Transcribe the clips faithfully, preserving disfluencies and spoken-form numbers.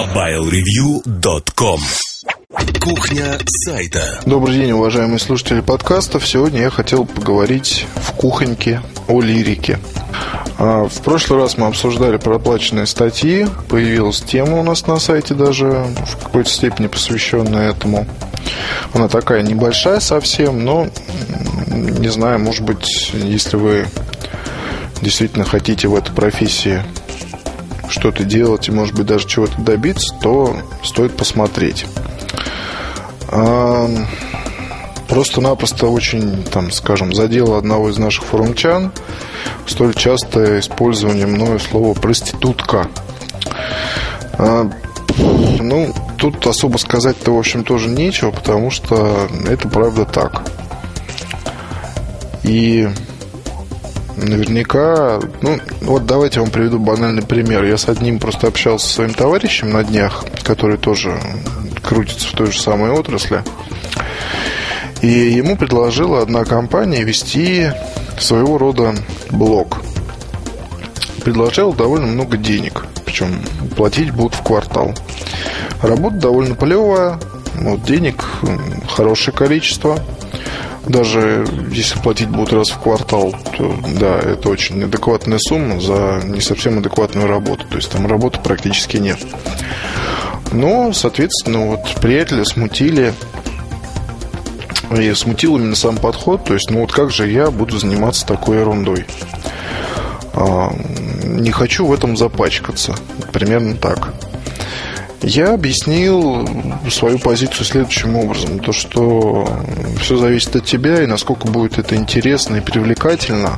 мобайл ревью точка ком. Кухня сайта. Добрый день, уважаемые слушатели подкастов. Сегодня я хотел поговорить в кухоньке о лирике. В прошлый раз мы обсуждали проплаченные статьи. Появилась тема у нас на сайте, даже в какой-то степени посвященная этому. Она такая небольшая совсем, но, не знаю, может быть, если вы действительно хотите в этой профессии что-то делать и, может быть, даже чего-то добиться, то стоит посмотреть. Просто-напросто очень, там, скажем, задело одного из наших форумчан столь частое использование мною слова «проститутка». Ну, тут особо сказать-то, в общем, тоже нечего, потому что это правда так. И наверняка, ну, вот давайте я вам приведу банальный пример. Я с одним просто общался со своим товарищем на днях, который тоже крутится в той же самой отрасли. И ему предложила одна компания вести своего рода блог. Предложила довольно много денег, причем платить будут в квартал. Работа довольно полевая, вот, денег хорошее количество. Даже если платить будут раз в квартал, то да, это очень адекватная сумма за не совсем адекватную работу. То есть там работы практически нет. Но, соответственно, вот приятеля смутили. И смутил именно сам подход. То есть, ну вот как же я буду заниматься такой ерундой? а, Не хочу в этом запачкаться. Примерно так. Я объяснил свою позицию следующим образом. То, что все зависит от тебя, и насколько будет это интересно и привлекательно,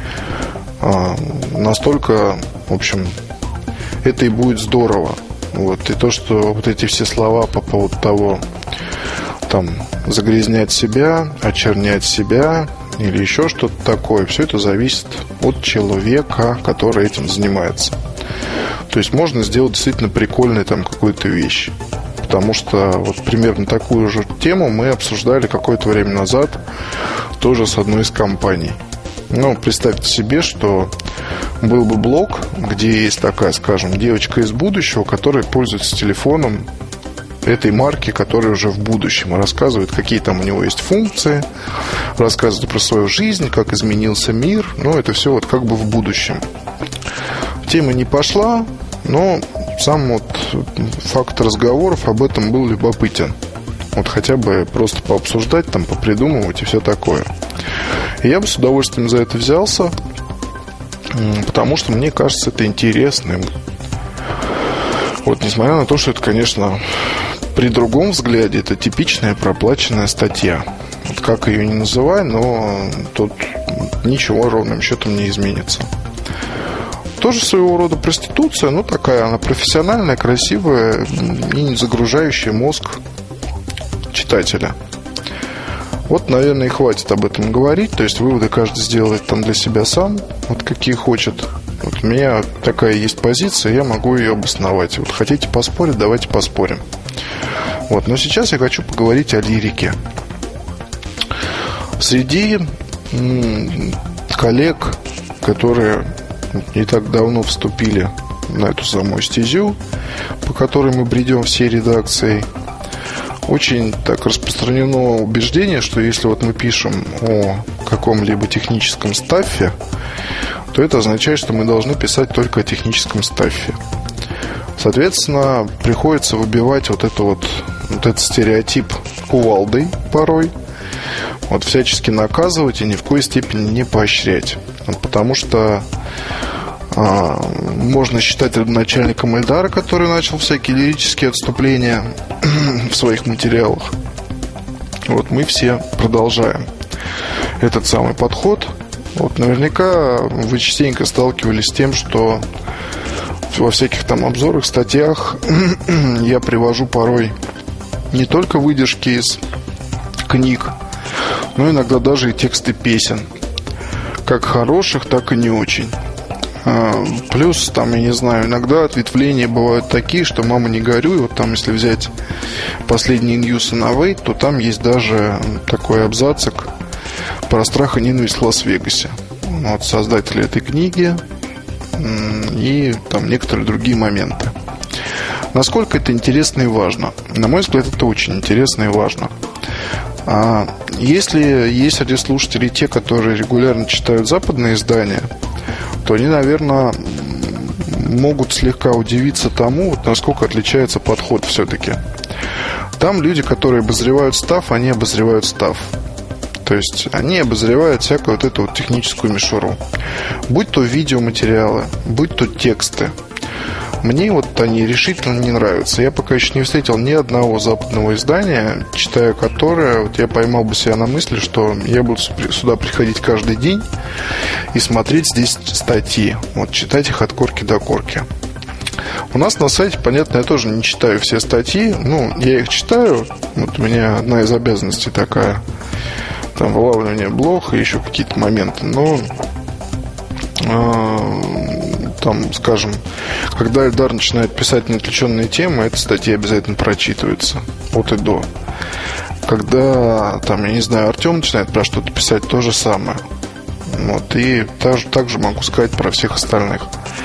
настолько, в общем, это и будет здорово. Вот. И то, что вот эти все слова по поводу того, там, загрязнять себя, очернять себя или еще что-то такое, все это зависит от человека, который этим занимается. То есть можно сделать действительно прикольную там какую-то вещь. Потому что вот примерно такую же тему мы обсуждали какое-то время назад тоже с одной из компаний. Ну, представьте себе, что был бы блог, где есть такая, скажем, девочка из будущего, которая пользуется телефоном этой марки, которая уже в будущем, и рассказывает, какие там у него есть функции, рассказывает про свою жизнь, как изменился мир. Ну, это все вот как бы в будущем. Тема не пошла, но сам вот факт разговоров об этом был любопытен. Вот хотя бы просто пообсуждать, там, попридумывать и все такое. И я бы с удовольствием за это взялся, потому что мне кажется это интересным. Вот, несмотря на то, что это, конечно, при другом взгляде это типичная проплаченная статья. Вот как ее ни называй, но тут ничего ровным счетом не изменится. Тоже своего рода проституция, но такая она профессиональная, красивая и не загружающая мозг читателя. Вот, наверное, и хватит об этом говорить. То есть выводы каждый сделает там для себя сам, вот какие хочет. Вот у меня такая есть позиция, я могу ее обосновать. Вот хотите поспорить, давайте поспорим. Вот, но сейчас я хочу поговорить о лирике. Среди м- коллег, которые не так давно вступили на эту самую стезю, по которой мы бредем всей редакцией, очень так распространено убеждение, что если вот мы пишем о каком-либо техническом стаффе, то это означает, что мы должны писать только о техническом стаффе. Соответственно, приходится выбивать вот, это вот, вот этот стереотип кувалдой порой, вот всячески наказывать и ни в коей степени не поощрять. Потому что а, можно считать родоначальником Эльдара, который начал всякие лирические отступления в своих материалах. Вот мы все продолжаем этот самый подход. Вот наверняка вы частенько сталкивались с тем, что во всяких там обзорах, статьях я привожу порой не только выдержки из книг, но иногда даже и тексты песен, как хороших, так и не очень. Плюс, там, я не знаю, иногда ответвления бывают такие, что мама не горюй. Вот там, если взять последние ньюсы на Вейт, то там есть даже такой абзацик про страх и ненависть в Лас-Вегасе. Вот создатели этой книги и там некоторые другие моменты. Насколько это интересно и важно? На мой взгляд, это очень интересно и важно. Если есть среди слушателей те, которые регулярно читают западные издания, то они, наверное, могут слегка удивиться тому, вот насколько отличается подход все-таки. Там люди, которые обозревают став, они обозревают став. То есть они обозревают всякую вот эту вот техническую мишуру. Будь то видеоматериалы, будь то тексты. Мне вот они решительно не нравятся. Я пока еще не встретил ни одного западного издания, читая которое, вот я поймал бы себя на мысли, что я буду сюда приходить каждый день и смотреть здесь статьи. Вот читать их от корки до корки. У нас на сайте, понятно, я тоже не читаю все статьи. Ну, я их читаю. Вот у меня одна из обязанностей такая. Там вылавливание блог и еще какие-то моменты. Но э, там, скажем, когда Эльдар начинает писать неотвлеченные темы, эта статья обязательно прочитывается от и до. Когда, там, я не знаю, Артем начинает про что-то писать, то же самое. Вот, и также, также могу сказать про всех остальных.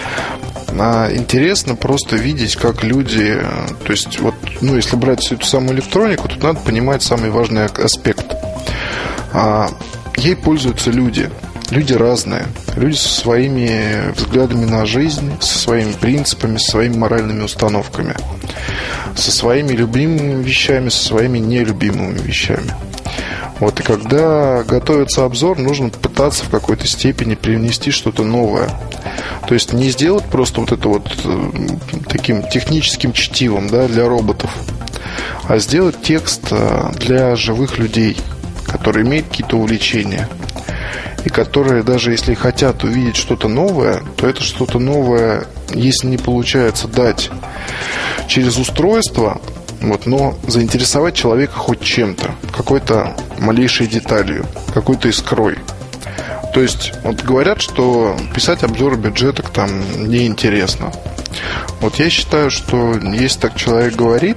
А интересно просто видеть, как люди, то есть, вот, ну, если брать всю эту самую электронику, тут надо понимать самый важный аспект. А, ей пользуются люди. Люди разные. Люди со своими взглядами на жизнь, со своими принципами, со своими моральными установками, со своими любимыми вещами, со своими нелюбимыми вещами. Вот, и когда готовится обзор, нужно пытаться в какой-то степени привнести что-то новое. То есть не сделать просто вот это вот таким техническим чтивом, да, для роботов, а сделать текст для живых людей, которые имеют какие-то увлечения, и которые, даже если хотят увидеть что-то новое, то это что-то новое, если не получается дать через устройство, вот, но заинтересовать человека хоть чем-то, какой-то малейшей деталью, какой-то искрой. То есть, вот говорят, что писать обзоры бюджеток там неинтересно. Вот я считаю, что если так человек говорит,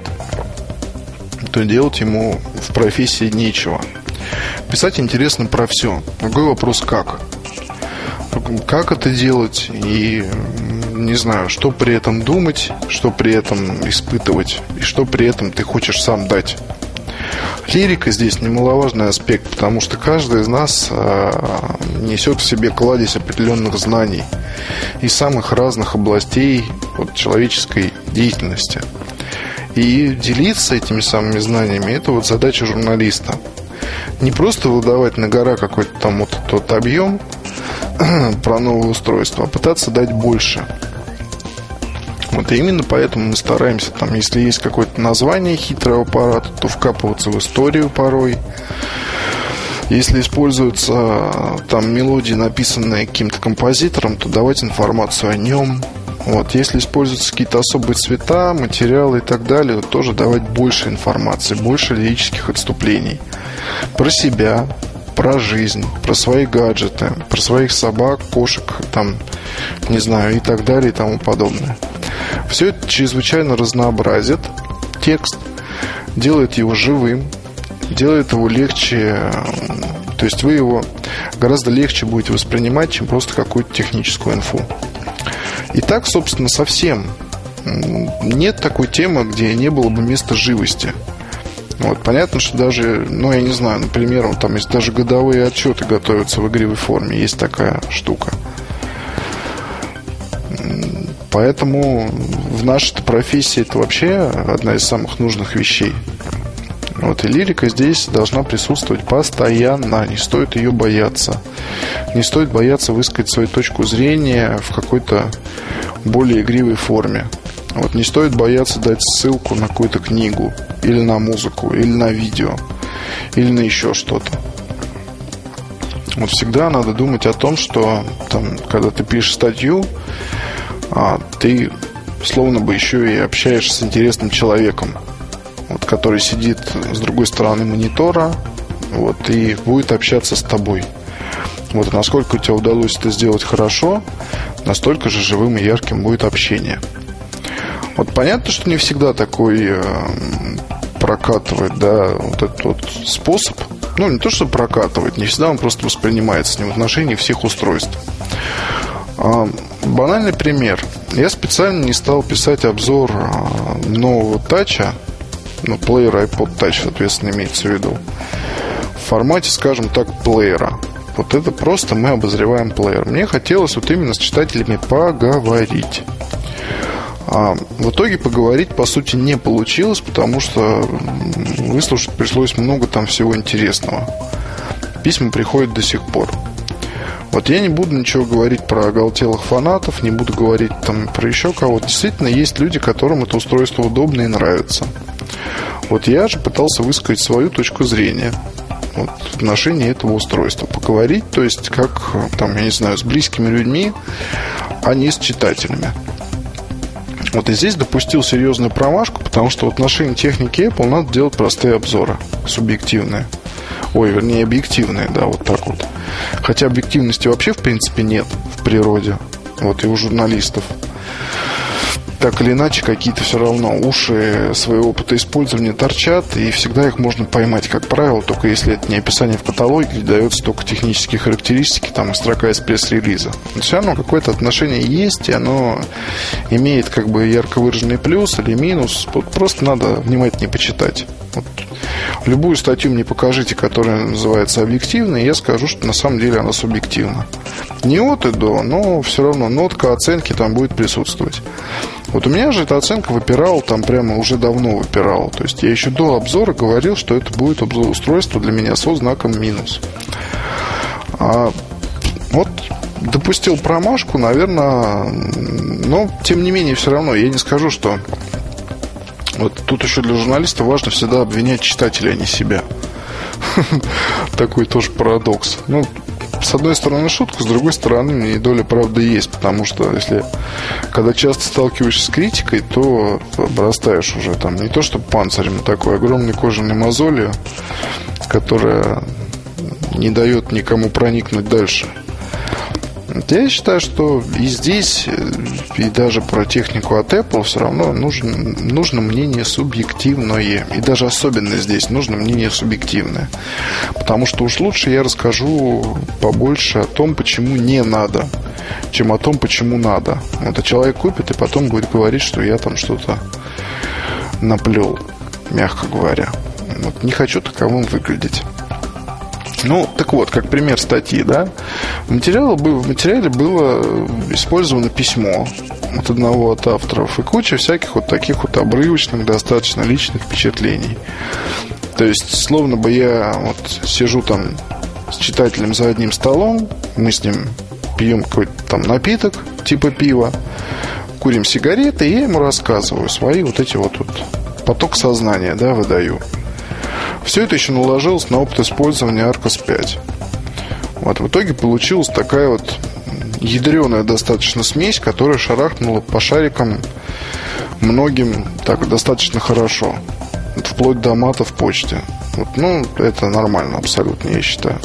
то делать ему в профессии нечего. Писать интересно про все. Другой вопрос, как? Как это делать и, не знаю, что при этом думать, что при этом испытывать и что при этом ты хочешь сам дать. Лирика здесь немаловажный аспект, потому что каждый из нас а, несет в себе кладезь определенных знаний из самых разных областей вот, человеческой деятельности. И делиться этими самыми знаниями – это вот задача журналиста. Не просто выдавать на гора какой-то там вот тот объем про новое устройство, а пытаться дать больше. Вот и именно поэтому мы стараемся, там, если есть какое-то название хитрого аппарата, то вкапываться в историю порой. Если используются там мелодии, написанные каким-то композитором, то давать информацию о нем. Вот, если используются какие-то особые цвета, материалы и так далее, то тоже давать больше информации, больше лирических отступлений про себя, про жизнь, про свои гаджеты, про своих собак, кошек, там, не знаю, и так далее и тому подобное. Все это чрезвычайно разнообразит текст, делает его живым, делает его легче. То есть вы его гораздо легче будете воспринимать, чем просто какую-то техническую инфу. И так, собственно, совсем нет такой темы, где не было бы места живости. Вот, понятно, что даже, ну, я не знаю, например, там есть даже годовые отчеты готовятся в игривой форме. Есть такая штука. Поэтому в нашей профессии это вообще одна из самых нужных вещей. Вот, и лирика здесь должна присутствовать постоянно. Не стоит ее бояться. Не стоит бояться высказать свою точку зрения в какой-то более игривой форме. Вот, не стоит бояться дать ссылку на какую-то книгу, или на музыку, или на видео, или на еще что-то. Вот всегда надо думать о том, что там, когда ты пишешь статью, а, ты словно бы еще и общаешься с интересным человеком, вот, который сидит с другой стороны монитора, вот, и будет общаться с тобой. Вот, насколько у тебя удалось это сделать хорошо, настолько же живым и ярким будет общение. Вот понятно, что не всегда такой э, прокатывает, да, вот этот вот способ. Ну, не то, что прокатывает, не всегда он просто воспринимается с ним в отношении всех устройств. а, Банальный пример. Я специально не стал писать обзор нового тача, ну, плеера iPod Touch, соответственно, имеется в виду, в формате, скажем так, плеера. Вот это просто мы обозреваем плеер. Мне хотелось вот именно с читателями поговорить. А в итоге поговорить, по сути, не получилось, потому что выслушать пришлось много там всего интересного. Письма приходят до сих пор. Вот я не буду ничего говорить про оголтелых фанатов, не буду говорить там про еще кого-то. Действительно, есть люди, которым это устройство удобно и нравится. Вот я же пытался высказать свою точку зрения вот, в отношении этого устройства. Поговорить, то есть, как, там, я не знаю, с близкими людьми, а не с читателями. Вот и здесь допустил серьезную промашку, потому что в отношении техники Apple надо делать простые обзоры, субъективные. Ой, вернее, объективные, да, вот так вот. Хотя объективности вообще, в принципе, нет в природе. Вот и у журналистов. Так или иначе, какие-то все равно уши своего опыта использования торчат, и всегда их можно поймать, как правило, только если это не описание в каталоге, где дается только технические характеристики, там, и строка из пресс-релиза. Но все равно какое-то отношение есть, и оно имеет как бы ярко выраженный плюс или минус. Вот просто надо внимательнее почитать. Вот. Любую статью мне покажите, которая называется объективной, и я скажу, что на самом деле она субъективна. Не от и до, но все равно нотка оценки там будет присутствовать. Вот у меня же эта оценка выпирала, там прямо уже давно выпирала. То есть я еще до обзора говорил, что это будет обзор устройства для меня со знаком минус. А вот допустил промашку, наверное, но тем не менее все равно я не скажу, что вот тут еще для журналиста важно всегда обвинять читателя, а не себя. Такой тоже парадокс. Ну, с одной стороны шутка, с другой стороны и доля правды есть. Потому что если когда часто сталкиваешься с критикой, то обрастаешь уже там не то что панцирем, а такой огромной кожаной мозолью, которая не дает никому проникнуть дальше. Я считаю, что и здесь, и даже про технику от Apple все равно нужно, нужно мнение субъективное. И даже особенно здесь нужно мнение субъективное. Потому что уж лучше я расскажу побольше о том, почему не надо, чем о том, почему надо. Вот, а человек купит и потом будет говорить, что я там что-то наплел, мягко говоря. Вот, не хочу таковым выглядеть. Ну, так вот, как пример статьи, да, в материале, в материале было использовано письмо от одного от авторов и куча всяких вот таких вот обрывочных, достаточно личных впечатлений. То есть, словно бы я вот сижу там с читателем за одним столом, мы с ним пьем какой-то там напиток типа пива, курим сигареты, и я ему рассказываю свои вот эти вот, вот поток сознания, да, выдаю. Все это еще наложилось на опыт использования Arcos пять. Вот, в итоге получилась такая вот ядреная достаточно смесь, которая шарахнула по шарикам многим так достаточно хорошо. Вот, вплоть до мата в почте. Вот, ну, это нормально абсолютно, я считаю.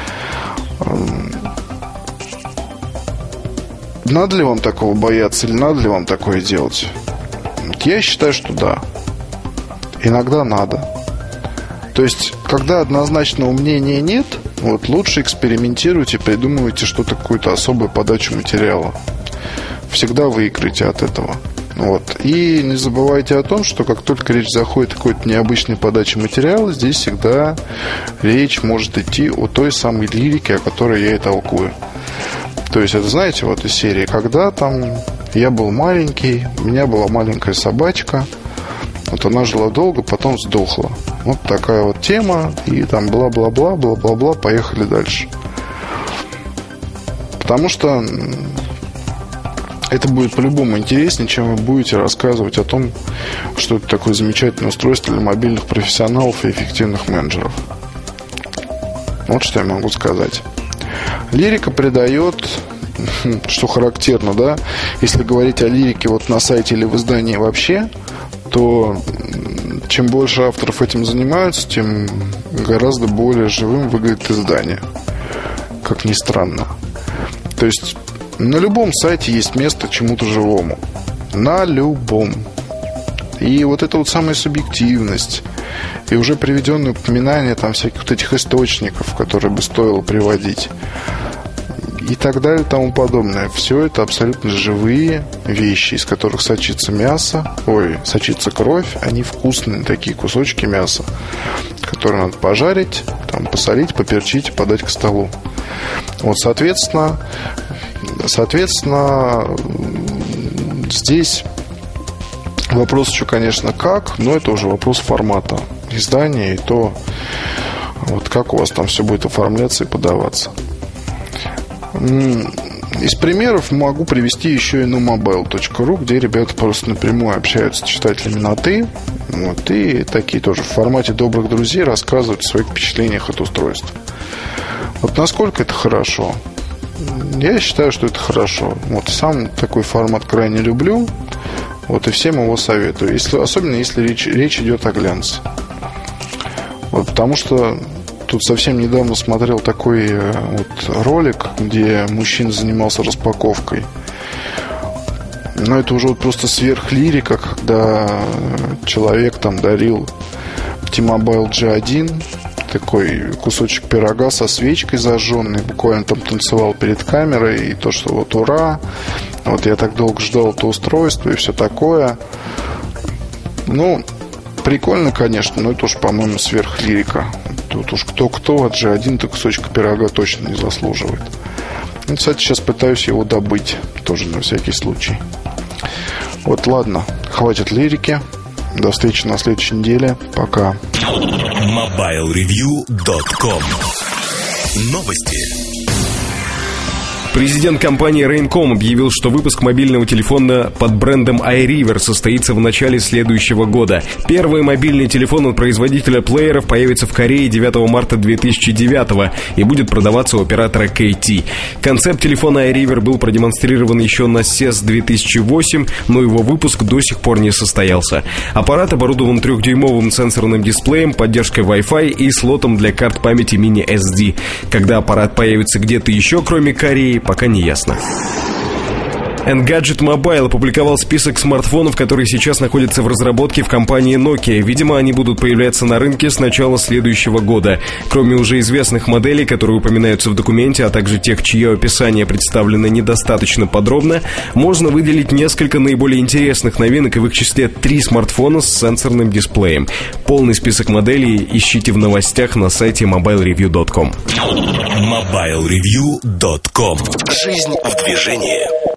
Надо ли вам такого бояться или надо ли вам такое делать? Вот, я считаю, что да. Иногда надо. То есть, когда однозначного мнения нет, вот, лучше экспериментируйте, придумывайте что-то, какую-то особую подачу материала. Всегда выиграете от этого. Вот. И не забывайте о том, что как только речь заходит о какой-то необычной подаче материала, здесь всегда речь может идти о той самой лирике, о которой я и толкую. То есть, это, знаете, вот из серии, когда там я был маленький, у меня была маленькая собачка, вот она жила долго, потом сдохла. Вот такая вот тема. И там бла-бла-бла, бла-бла-бла, поехали дальше. Потому что это будет по-любому интереснее, чем вы будете рассказывать о том, что это такое замечательное устройство для мобильных профессионалов и эффективных менеджеров. Вот что я могу сказать. Лирика придает, что характерно, да, если говорить о лирике вот на сайте или в издании вообще, то чем больше авторов этим занимаются, тем гораздо более живым выглядит издание. Как ни странно. То есть на любом сайте есть место чему-то живому. На любом. И вот эта вот самая субъективность и уже приведенные упоминания там всяких вот этих источников, которые бы стоило приводить, и так далее и тому подобное. Все это абсолютно живые вещи, из которых сочится мясо, ой, сочится кровь. Они вкусные, такие кусочки мяса, которые надо пожарить, там, посолить, поперчить, подать к столу. Вот, соответственно, соответственно, здесь вопрос еще, конечно, как, но это уже вопрос формата издания и то, вот как у вас там все будет оформляться и подаваться. Из примеров могу привести еще и numobile точка ру, где ребята просто напрямую общаются с читателями на «ты», вот, и такие тоже в формате добрых друзей рассказывают о своих впечатлениях от устройства. Вот насколько это хорошо? Я считаю, что это хорошо. Вот сам такой формат крайне люблю. Вот и всем его советую, если, особенно если речь, речь идет о глянце. Вот, потому что тут совсем недавно смотрел такой вот ролик, где мужчина занимался распаковкой. Но это уже вот просто сверхлирика, когда человек там дарил T-Mobile джи один, такой кусочек пирога со свечкой зажженной, буквально там танцевал перед камерой, и то, что вот ура, вот я так долго ждал это устройство и все такое. Ну, прикольно, конечно, но это уж, по-моему, сверхлирика. Тут уж кто-кто, от джи один-то кусочка пирога точно не заслуживает. Ну, кстати, сейчас пытаюсь его добыть, тоже на всякий случай. Вот, ладно, хватит лирики. До встречи на следующей неделе. Пока. мобайл ревью точка ком. Новости. Президент компании Raincom объявил, что выпуск мобильного телефона под брендом iRiver состоится в начале следующего года. Первый мобильный телефон от производителя плееров появится в Корее девятого марта две тысячи девятого и будет продаваться у оператора кей ти. Концепт телефона iRiver был продемонстрирован еще на сис две тысячи восемь, но его выпуск до сих пор не состоялся. Аппарат оборудован трехдюймовым сенсорным дисплеем, поддержкой Wi-Fi и слотом для карт памяти мини эс ди. Когда аппарат появится где-то еще, кроме Кореи, пока не ясно. Engadget Mobile опубликовал список смартфонов, которые сейчас находятся в разработке в компании Nokia. Видимо, они будут появляться на рынке с начала следующего года. Кроме уже известных моделей, которые упоминаются в документе, а также тех, чье описание представлено недостаточно подробно, можно выделить несколько наиболее интересных новинок, и в их числе три смартфона с сенсорным дисплеем. Полный список моделей ищите в новостях на сайте мобайл ревью точка ком. мобайл ревью точка ком. Жизнь в движении.